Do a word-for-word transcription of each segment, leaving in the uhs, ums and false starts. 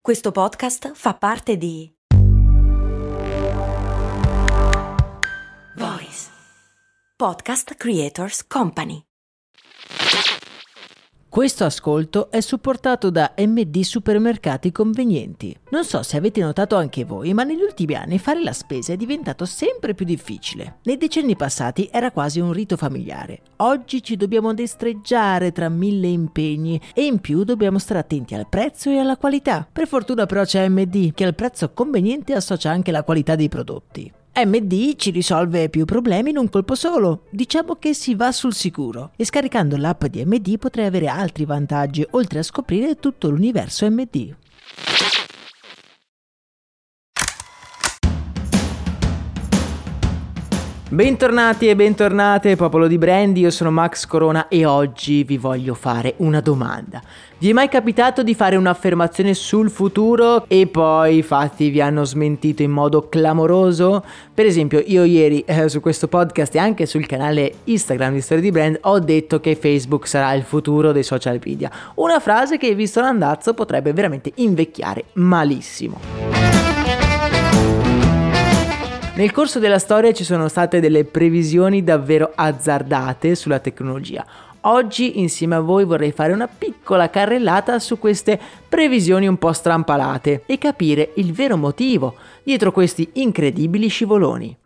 Questo podcast fa parte di Voice Podcast Creators Company. Questo ascolto è supportato da M D Supermercati Convenienti. Non so se avete notato anche voi, ma negli ultimi anni fare la spesa è diventato sempre più difficile. Nei decenni passati era quasi un rito familiare. Oggi ci dobbiamo destreggiare tra mille impegni e in più dobbiamo stare attenti al prezzo e alla qualità. Per fortuna però c'è M D che al prezzo conveniente associa anche la qualità dei prodotti. M D ci risolve più problemi in un colpo solo. Diciamo che si va sul sicuro. E scaricando l'app di M D potrai avere altri vantaggi, oltre a scoprire tutto l'universo M D. Bentornati e bentornate popolo di brand, io sono Max Corona e oggi vi voglio fare una domanda. Vi è mai capitato di fare un'affermazione sul futuro e poi i fatti vi hanno smentito in modo clamoroso? Per esempio io ieri eh, su questo podcast e anche sul canale Instagram di Storie di Brand ho detto che Facebook sarà il futuro dei social media. Una frase che visto l'andazzo potrebbe veramente invecchiare malissimo. Nel corso della storia ci sono state delle previsioni davvero azzardate sulla tecnologia. Oggi insieme a voi vorrei fare una piccola carrellata su queste previsioni un po' strampalate e capire il vero motivo dietro questi incredibili scivoloni.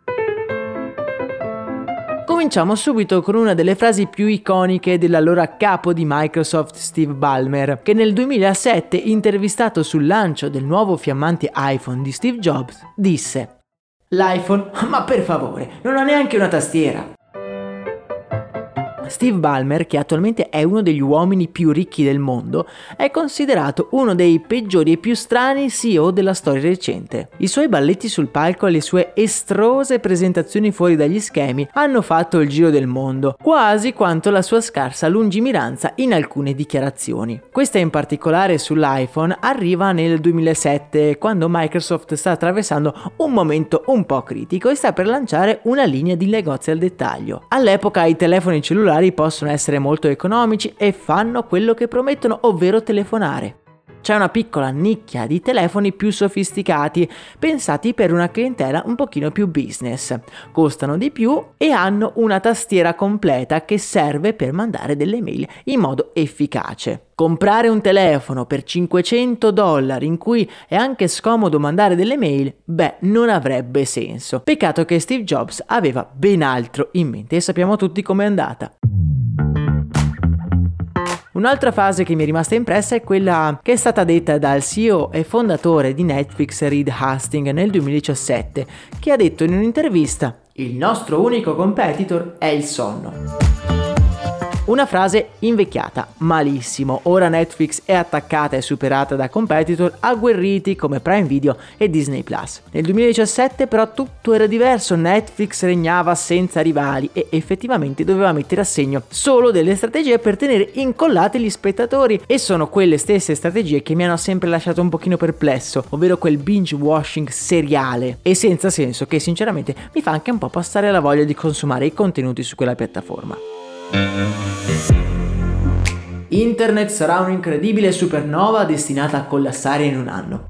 Cominciamo subito con una delle frasi più iconiche dell'allora capo di Microsoft Steve Ballmer, che nel duemilasette, intervistato sul lancio del nuovo fiammante iPhone di Steve Jobs, disse: "L'iPhone? Ma per favore, non ha neanche una tastiera." Steve Ballmer, che attualmente è uno degli uomini più ricchi del mondo, è considerato uno dei peggiori e più strani C E O della storia recente. I suoi balletti sul palco e le sue estrose presentazioni fuori dagli schemi hanno fatto il giro del mondo, quasi quanto la sua scarsa lungimiranza in alcune dichiarazioni. Questa in particolare sull'iPhone arriva nel duemilasette, quando Microsoft sta attraversando un momento un po' critico e sta per lanciare una linea di negozi al dettaglio. All'epoca i telefoni cellulari possono essere molto economici e fanno quello che promettono, ovvero telefonare. C'è una piccola nicchia di telefoni più sofisticati, pensati per una clientela un pochino più business. Costano di più e hanno una tastiera completa che serve per mandare delle mail in modo efficace. Comprare un telefono per cinquecento dollari in cui è anche scomodo mandare delle mail, beh, non avrebbe senso. Peccato che Steve Jobs aveva ben altro in mente e sappiamo tutti com'è andata. Un'altra frase che mi è rimasta impressa è quella che è stata detta dal C E O e fondatore di Netflix Reed Hastings nel duemiladiciassette, che ha detto in un'intervista: "Il nostro unico competitor è il sonno." Una frase invecchiata malissimo. Ora Netflix è attaccata e superata da competitor agguerriti come Prime Video e Disney Plus. Nel duemiladiciassette però tutto era diverso, Netflix regnava senza rivali e effettivamente doveva mettere a segno solo delle strategie per tenere incollati gli spettatori, e sono quelle stesse strategie che mi hanno sempre lasciato un pochino perplesso, ovvero quel binge watching seriale e senza senso che sinceramente mi fa anche un po' passare la voglia di consumare i contenuti su quella piattaforma. Internet sarà un'incredibile supernova destinata a collassare in un anno.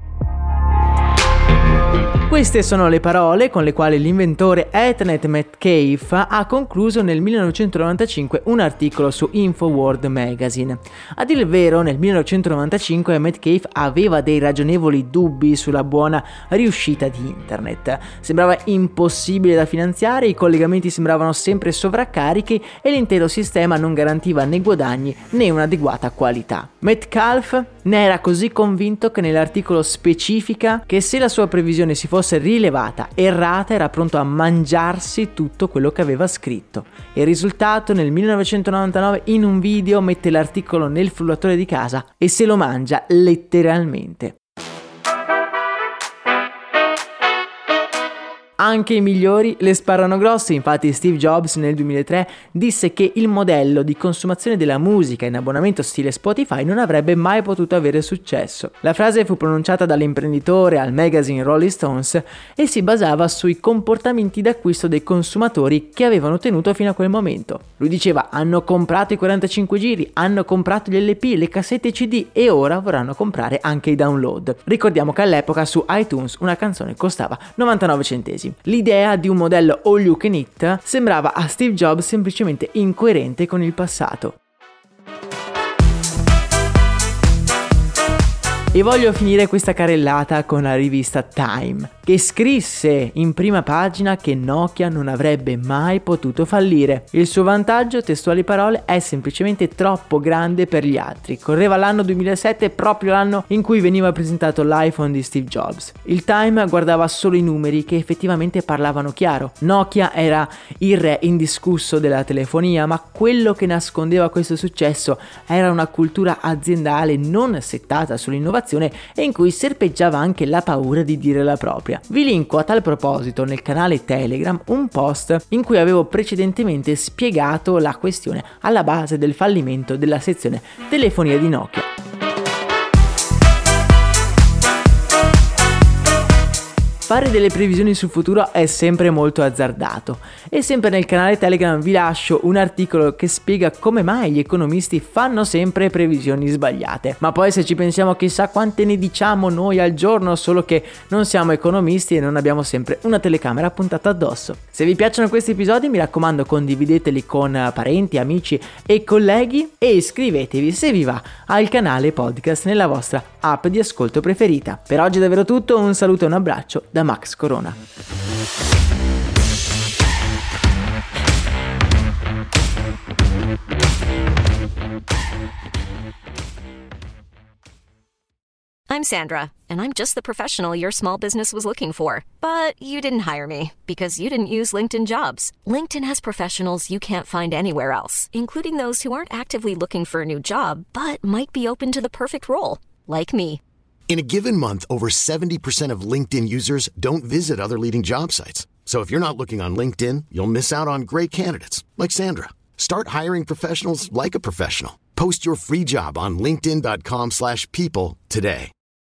Queste sono le parole con le quali l'inventore Ethernet Metcalfe ha concluso nel millenovecentonovantacinque un articolo su InfoWorld Magazine. A dire il vero, nel millenovecentonovantacinque Metcalfe aveva dei ragionevoli dubbi sulla buona riuscita di Internet. Sembrava impossibile da finanziare, i collegamenti sembravano sempre sovraccarichi e l'intero sistema non garantiva né guadagni né un'adeguata qualità. Metcalfe ne era così convinto che nell'articolo specifica che se la sua previsione si fosse rilevata errata era pronto a mangiarsi tutto quello che aveva scritto. Il risultato: nel millenovecentonovantanove in un video mette l'articolo nel frullatore di casa e se lo mangia letteralmente. anche i migliori le sparano grosse. Infatti Steve Jobs nel duemilatré disse che il modello di consumazione della musica in abbonamento stile Spotify non avrebbe mai potuto avere successo. La frase fu pronunciata dall'imprenditore al magazine Rolling Stones e si basava sui comportamenti d'acquisto dei consumatori che avevano tenuto fino a quel momento. Lui diceva: hanno comprato i quarantacinque giri, hanno comprato gli L P, le cassette C D e ora vorranno comprare anche i download. Ricordiamo che all'epoca su iTunes una canzone costava novantanove centesimi. L'idea di un modello all you can eat sembrava a Steve Jobs semplicemente incoerente con il passato. E voglio finire questa carrellata con la rivista Time, che scrisse in prima pagina che Nokia non avrebbe mai potuto fallire. Il suo vantaggio, testuali parole, è semplicemente troppo grande per gli altri. Correva l'anno duemilasette, proprio l'anno in cui veniva presentato l'iPhone di Steve Jobs. Il Time guardava solo i numeri che effettivamente parlavano chiaro. Nokia era il re indiscusso della telefonia, ma quello che nascondeva questo successo era una cultura aziendale non settata sull'innovazione e in cui serpeggiava anche la paura di dire la propria. Vi linko a tal proposito nel canale Telegram un post in cui avevo precedentemente spiegato la questione alla base del fallimento della sezione telefonia di Nokia. Fare delle previsioni sul futuro è sempre molto azzardato e sempre nel canale Telegram vi lascio un articolo che spiega come mai gli economisti fanno sempre previsioni sbagliate. Ma poi se ci pensiamo chissà quante ne diciamo noi al giorno, solo che non siamo economisti e non abbiamo sempre una telecamera puntata addosso. Se vi piacciono questi episodi mi raccomando condivideteli con parenti, amici e colleghi e iscrivetevi se vi va al canale podcast nella vostra app di ascolto preferita. Per oggi è davvero tutto, un saluto e un abbraccio da Max Corona. I'm Sandra, and I'm just the professional your small business was looking for. But you didn't hire me because you didn't use LinkedIn Jobs. LinkedIn has professionals you can't find anywhere else, including those who aren't actively looking for a new job, but might be open to the perfect role, like me. In a given month, over seventy percent of LinkedIn users don't visit other leading job sites. So if you're not looking on LinkedIn, you'll miss out on great candidates like Sandra. Start hiring professionals like a professional. Post your free job on linkedin dot com slash people today.